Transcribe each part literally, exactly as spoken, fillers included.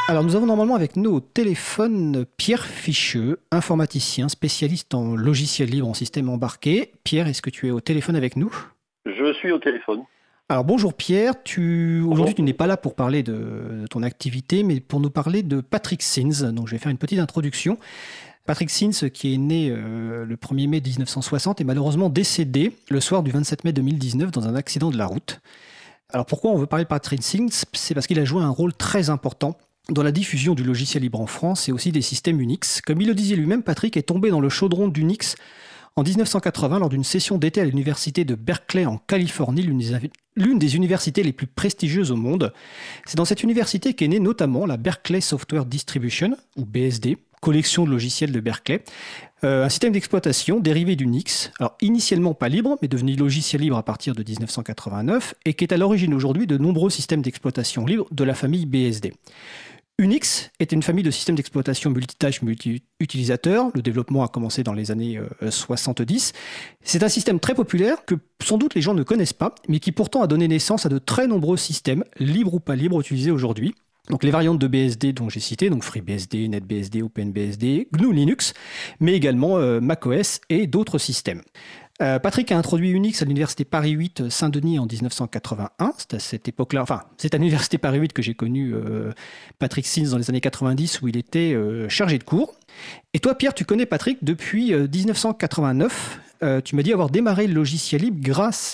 Alors nous avons normalement avec nous au téléphone Pierre Ficheux, informaticien spécialiste en logiciel libre en système embarqué. Pierre, est-ce que tu es au téléphone avec nous? Je suis au téléphone. Alors bonjour Pierre, tu... aujourd'hui Bonjour. tu n'es pas là pour parler de... de ton activité, mais pour nous parler de Patrick Sins. Donc je vais faire une petite introduction. Patrick Sins, qui est né euh, le premier mai mille neuf cent soixante, est malheureusement décédé le soir du vingt-sept mai deux mille dix-neuf dans un accident de la route. Alors pourquoi on veut parler de Patrick Sins? C'est parce qu'il a joué un rôle très important dans la diffusion du logiciel libre en France et aussi des systèmes Unix. Comme il le disait lui-même, Patrick est tombé dans le chaudron d'Unix en dix-neuf cent quatre-vingts lors d'une session d'été à l'université de Berkeley en Californie, l'une des, l'une des universités les plus prestigieuses au monde. C'est dans cette université qu'est née notamment la Berkeley Software Distribution, ou B S D, collection de logiciels de Berkeley, euh, un système d'exploitation dérivé d'Unix, alors initialement pas libre, mais devenu logiciel libre à partir de dix-neuf cent quatre-vingt-neuf, et qui est à l'origine aujourd'hui de nombreux systèmes d'exploitation libres de la famille B S D. Unix était une famille de systèmes d'exploitation multitâches multi-utilisateurs. Le développement a commencé dans les années euh, soixante-dix. C'est un système très populaire que sans doute les gens ne connaissent pas, mais qui pourtant a donné naissance à de très nombreux systèmes, libres ou pas libres, utilisés aujourd'hui. Donc les variantes de B S D dont j'ai cité, donc FreeBSD, NetBSD, OpenBSD, G N U Linux, mais également euh, macOS et d'autres systèmes. Euh, Patrick a introduit Unix à l'université Paris huit Saint-Denis en dix-neuf cent quatre-vingt-un. C'est à cette époque-là, enfin, c'est à l'université Paris huit que j'ai connu euh, Patrick Sins dans les années quatre-vingt-dix où il était euh, chargé de cours. Et toi, Pierre, tu connais Patrick depuis euh, dix-neuf cent quatre-vingt-neuf. Euh, tu m'as dit avoir démarré le logiciel libre grâce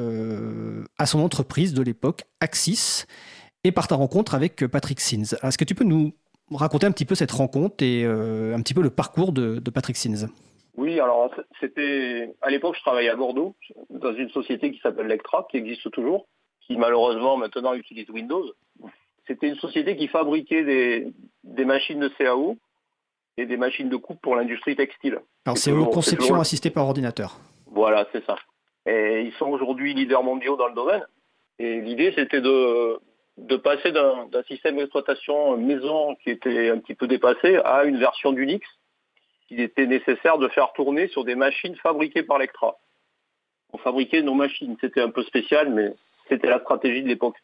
euh, à son entreprise de l'époque, Axis, et par ta rencontre avec Patrick Sins. Est-ce que tu peux nous raconter un petit peu cette rencontre et euh, un petit peu le parcours de, de Patrick Sins? Oui, alors c'était à l'époque je travaillais à Bordeaux dans une société qui s'appelle Lectra, qui existe toujours, qui malheureusement maintenant utilise Windows. C'était une société qui fabriquait des, des machines de C A O et des machines de coupe pour l'industrie textile. Alors c'est, c'est c'est toujours, conception toujours... assistée par ordinateur. Voilà, c'est ça. Et ils sont aujourd'hui leaders mondiaux dans le domaine. Et l'idée c'était de, de passer d'un, d'un système d'exploitation maison qui était un petit peu dépassé à une version d'Unix qu'il était nécessaire de faire tourner sur des machines fabriquées par Lectra. On fabriquait nos machines, c'était un peu spécial, mais c'était la stratégie de l'époque.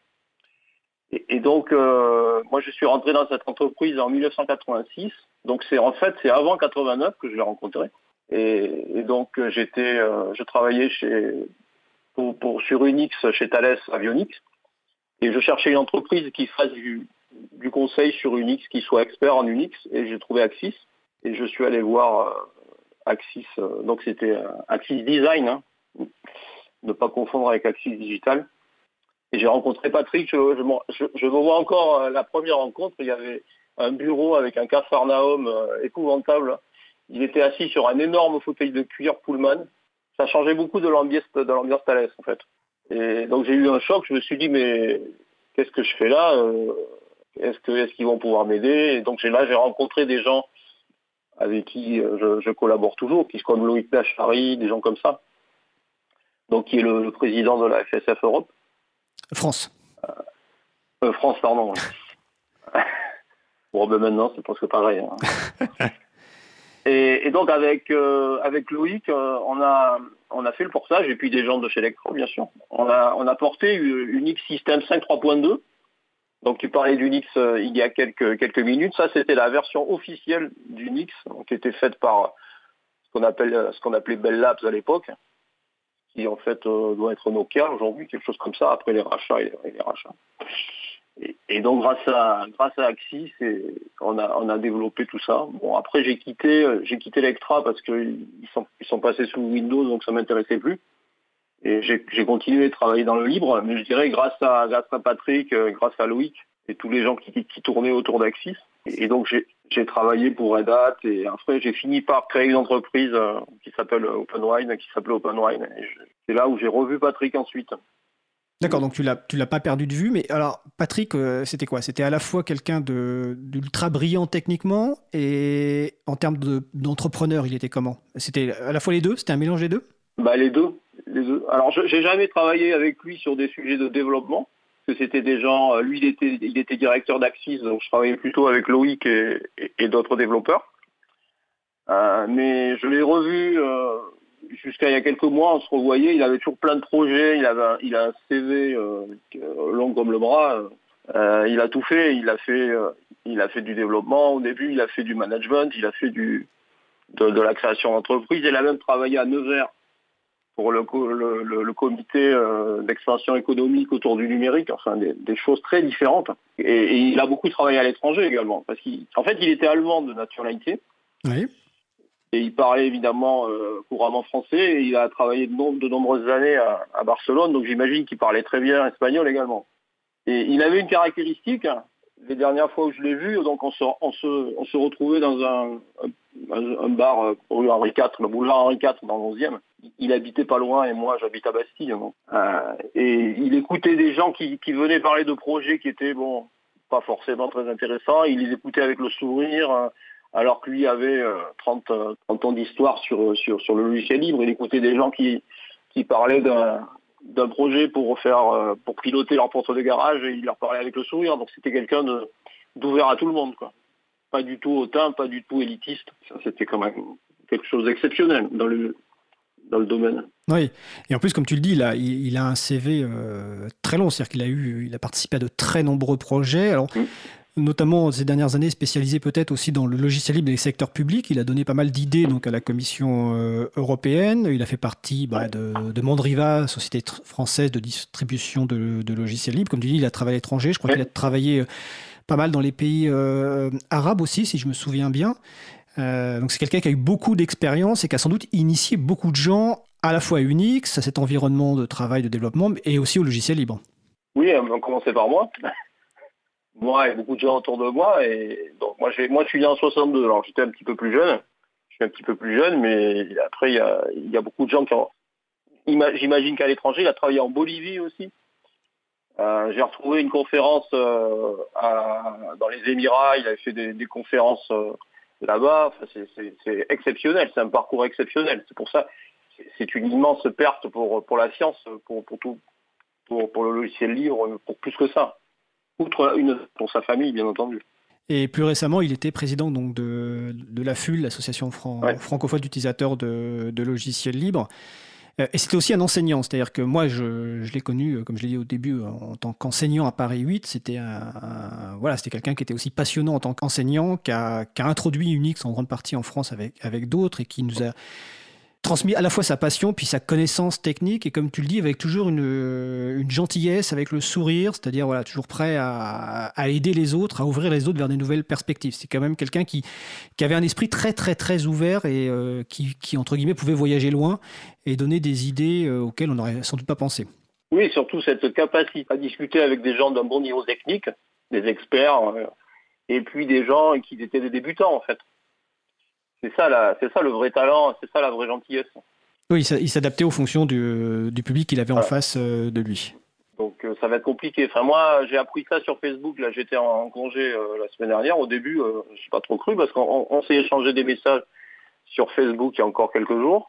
Et, et donc, euh, moi, je suis rentré dans cette entreprise en mille neuf cent quatre-vingt-six. Donc, c'est en fait, c'est avant quatre-vingt-neuf que je l'ai rencontré. Et, et donc, j'étais, euh, je travaillais chez, pour, pour, sur Unix chez Thales Avionics. Et je cherchais une entreprise qui fasse du, du conseil sur Unix, qui soit expert en Unix. Et j'ai trouvé Axis. Et je suis allé voir euh, Axis, euh, donc c'était euh, Axis Design, hein, ne pas confondre avec Axis Digital. Et j'ai rencontré Patrick, je, je, je, je me vois encore euh, la première rencontre, il y avait un bureau avec un capharnaüm euh, épouvantable. Il était assis sur un énorme fauteuil de cuir Pullman. Ça changeait beaucoup de l'ambiance, de l'ambiance Thales en fait. Et donc j'ai eu un choc, je me suis dit mais qu'est-ce que je fais là euh, Est-ce que, est-ce qu'ils vont pouvoir m'aider? Et donc j'ai, là j'ai rencontré des gens avec qui je, je collabore toujours, qui sont comme Loïc Lachary, des gens comme ça. Donc, qui est le, le président de la F S F Europe. France. Euh, France, pardon. Bon, ben maintenant, c'est presque pareil. Hein. et, et donc, avec, euh, avec Loïc, euh, on, a, on a fait le portage, et puis des gens de chez Electro, bien sûr. On a, on a porté Unix System cinq trois point deux. Donc tu parlais d'Unix euh, il y a quelques, quelques minutes. Ça, c'était la version officielle d'Unix, qui était faite par ce qu'on appelle, ce qu'on appelait Bell Labs à l'époque, qui en fait euh, doit être Nokia aujourd'hui, quelque chose comme ça, après les rachats et les, et les rachats. Et, et donc grâce à grâce à Axis, et on a on a développé tout ça. Bon, après j'ai quitté j'ai quitté Electra parce qu'ils sont ils sont passés sous Windows, donc ça m'intéressait plus. Et j'ai, j'ai continué de travailler dans le libre, mais je dirais grâce à, grâce à Patrick, euh, grâce à Loïc et tous les gens qui, qui tournaient autour d'Axis. Et, et donc j'ai, j'ai travaillé pour Red Hat et après j'ai fini par créer une entreprise euh, qui s'appelle OpenWine, qui s'appelait OpenWine. Et je, c'est là où j'ai revu Patrick ensuite. D'accord, donc tu l'as, tu l'as pas perdu de vue, mais alors Patrick, euh, c'était quoi? C'était à la fois quelqu'un de, d'ultra brillant techniquement et en termes de, d'entrepreneur, il était comment? C'était à la fois les deux? C'était un mélange des deux? Bah les deux, les deux. Alors je, j'ai jamais travaillé avec lui sur des sujets de développement, parce que c'était des gens. Lui, il était, il était directeur d'Axis, donc je travaillais plutôt avec Loïc et, et, et d'autres développeurs. Euh, mais je l'ai revu euh, jusqu'à il y a quelques mois, on se revoyait. Il avait toujours plein de projets. Il avait, un, il a un C V euh, long comme le bras, Euh, il a tout fait. Il a fait, euh, il a fait du développement au début. Il a fait du management. Il a fait du de, de la création d'entreprise. Il a même travaillé à Nevers pour le, le, le, le comité euh, d'expansion économique autour du numérique, enfin des, des choses très différentes. Et, et il a beaucoup travaillé à l'étranger également, parce qu'en fait il était allemand de nationalité, Oui. et il parlait évidemment euh, couramment français, et il a travaillé de, no- de nombreuses années à, à Barcelone, donc j'imagine qu'il parlait très bien espagnol également. Et il avait une caractéristique, les dernières fois où je l'ai vu, donc on se, on se, on se retrouvait dans un, un, un bar euh, rue Henri quatre, le boulevard Henri quatre dans le onzième. Il habitait pas loin et moi j'habite à Bastille. Donc. Euh, et il écoutait des gens qui, qui venaient parler de projets qui étaient bon, pas forcément très intéressants. Il les écoutait avec le sourire, euh, alors que lui avait euh, trente, euh, trente ans d'histoire sur, sur, sur le logiciel libre. Il écoutait des gens qui, qui parlaient d'un d'un projet pour faire euh, pour piloter leur porte de garage et il leur parlait avec le sourire. Donc c'était quelqu'un de d'ouvert à tout le monde, quoi. Pas du tout hautain, pas du tout élitiste. Ça c'était quand même quelque chose d'exceptionnel dans le dans le domaine. Oui, et en plus, comme tu le dis, il a, il, il a un C V euh, très long, c'est-à-dire qu'il a eu, il a participé à de très nombreux projets. Alors, Mm. notamment ces dernières années spécialisé peut-être aussi dans le logiciel libre et les secteurs publics. Il a donné pas mal d'idées donc à la Commission euh, européenne. Il a fait partie bah, de, de Mandriva, société tr- française de distribution de, de logiciels libres. Comme tu dis, il a travaillé à l'étranger. Je crois Ouais. qu'il a travaillé euh, pas mal dans les pays euh, arabes aussi, si je me souviens bien. Euh, donc c'est quelqu'un qui a eu beaucoup d'expérience et qui a sans doute initié beaucoup de gens à la fois à Unix, à cet environnement de travail, de développement, et aussi au logiciel libre. Oui, on commençait par moi. Moi et beaucoup de gens autour de moi. Et donc moi, j'ai, moi je suis né en soixante-deux, alors j'étais un petit peu plus jeune. Je suis un petit peu plus jeune, mais après il y a, il y a beaucoup de gens qui ont... J'imagine qu'à l'étranger, il a travaillé en Bolivie aussi. Euh, j'ai retrouvé une conférence euh, à, dans les Émirats, il avait fait des, des conférences euh, là-bas. Enfin, c'est, c'est, c'est exceptionnel, c'est un parcours exceptionnel. C'est pour ça, c'est, c'est une immense perte pour, pour la science, pour, pour, tout, pour, pour le logiciel libre, pour plus que ça. Outre une, pour sa famille, bien entendu. Et plus récemment, il était président donc, de, de l'A F U L, l'Association fran- Ouais. francophone d'utilisateurs de, de logiciels libres. Euh, Et c'était aussi un enseignant, c'est-à-dire que moi, je, je l'ai connu, euh, comme je l'ai dit au début, en tant qu'enseignant à Paris huit. C'était un, un- voilà, c'était quelqu'un qui était aussi passionnant en tant qu'enseignant, qui a, qui a introduit Unix en grande partie en France avec, avec d'autres et qui nous a transmis à la fois sa passion puis sa connaissance technique et comme tu le dis avec toujours une, une gentillesse, avec le sourire, c'est-à-dire voilà, toujours prêt à, à aider les autres, à ouvrir les autres vers des nouvelles perspectives. C'est quand même quelqu'un qui, qui avait un esprit très très très ouvert et euh, qui, qui entre guillemets pouvait voyager loin et donner des idées euh, auxquelles on n'aurait sans doute pas pensé. Oui, surtout cette capacité à discuter avec des gens d'un bon niveau technique, des experts, euh, et puis des gens qui étaient des débutants en fait. C'est ça, la, c'est ça le vrai talent, c'est ça la vraie gentillesse. Oui, il s'adaptait aux fonctions du, du public qu'il avait en Voilà. face euh, de lui. Donc euh, ça va être compliqué. Enfin moi, j'ai appris ça sur Facebook. Là, j'étais en, en congé euh, la semaine dernière. Au début, euh, je n'ai pas trop cru parce qu'on on s'est échangé des messages sur Facebook il y a encore quelques jours,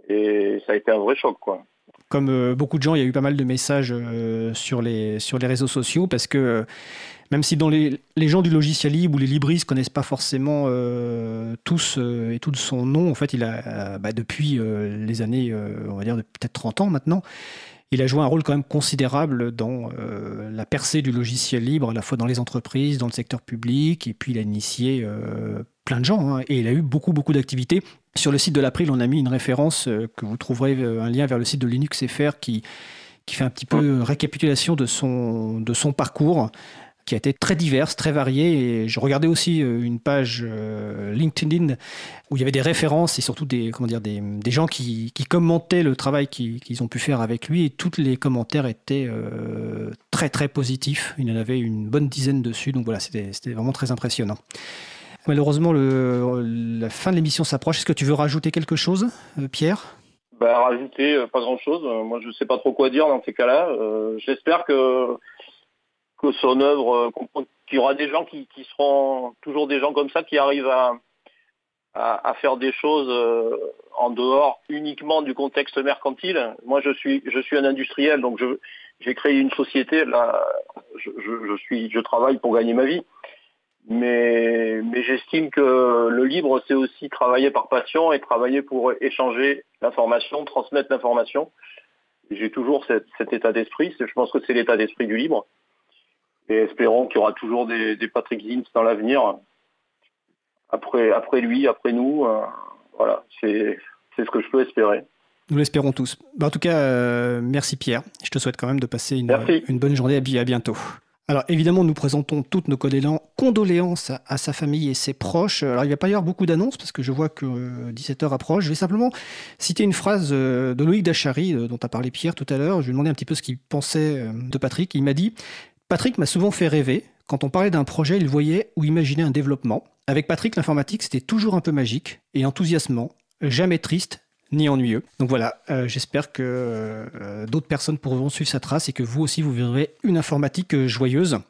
et ça a été un vrai choc, quoi. Comme euh, beaucoup de gens, il y a eu pas mal de messages euh, sur, les, sur les réseaux sociaux parce que euh, même si dans les, les gens du logiciel libre ou les libristes ne connaissent pas forcément euh, tous euh, et tout son nom, en fait, il a, euh, bah, depuis euh, les années, euh, on va dire, de peut-être trente ans maintenant, il a joué un rôle quand même considérable dans euh, la percée du logiciel libre, à la fois dans les entreprises, dans le secteur public, et puis il a initié euh, plein de gens, hein, et il a eu beaucoup, beaucoup d'activités. Sur le site de l'April, on a mis une référence euh, que vous trouverez, euh, un lien vers le site de Linux F R qui, qui fait un petit peu euh, récapitulation de son, de son parcours, qui a été très diverse, très variée. Et je regardais aussi une page euh, LinkedIn où il y avait des références et surtout des, comment dire, des, des gens qui, qui commentaient le travail qu'ils, qu'ils ont pu faire avec lui. Et tous les commentaires étaient euh, très, très positifs. Il y en avait une bonne dizaine dessus. Donc voilà, c'était, c'était vraiment très impressionnant. Malheureusement, le, la fin de l'émission s'approche. Est-ce que tu veux rajouter quelque chose, euh, Pierre ? Bah, rajouter, euh, pas grand-chose. Euh, moi, je ne sais pas trop quoi dire dans ces cas-là. Euh, j'espère que que son œuvre, euh, qu'il y aura des gens qui, qui seront toujours des gens comme ça qui arrivent à, à, à faire des choses euh, en dehors uniquement du contexte mercantile. Moi, je suis, je suis un industriel, donc je, j'ai créé une société. Là, je, je, je suis, je travaille pour gagner ma vie. Mais, mais j'estime que le libre, c'est aussi travailler par passion et travailler pour échanger l'information, transmettre l'information. J'ai toujours cet, cet état d'esprit. Je pense que c'est l'état d'esprit du libre. Et espérons qu'il y aura toujours des, des Patrick Zins dans l'avenir. Après, après lui, après nous, euh, voilà, c'est, c'est ce que je peux espérer. Nous l'espérons tous. Bah, en tout cas, euh, merci Pierre. Je te souhaite quand même de passer une, une bonne journée. À bientôt. Alors évidemment, nous présentons toutes nos condoléances à, à sa famille et ses proches. Alors il ne va pas y avoir beaucoup d'annonces parce que je vois que euh, dix-sept heures approche. Je vais simplement citer une phrase euh, de Loïc Dachary, euh, dont a parlé Pierre tout à l'heure. Je lui ai demandé un petit peu ce qu'il pensait euh, de Patrick. Il m'a dit « Patrick m'a souvent fait rêver. Quand on parlait d'un projet, il voyait ou imaginait un développement. Avec Patrick, l'informatique, c'était toujours un peu magique et enthousiasmant, jamais triste, ni ennuyeux. » Donc voilà, euh, j'espère que euh, d'autres personnes pourront suivre sa trace et que vous aussi, vous verrez une informatique euh, joyeuse.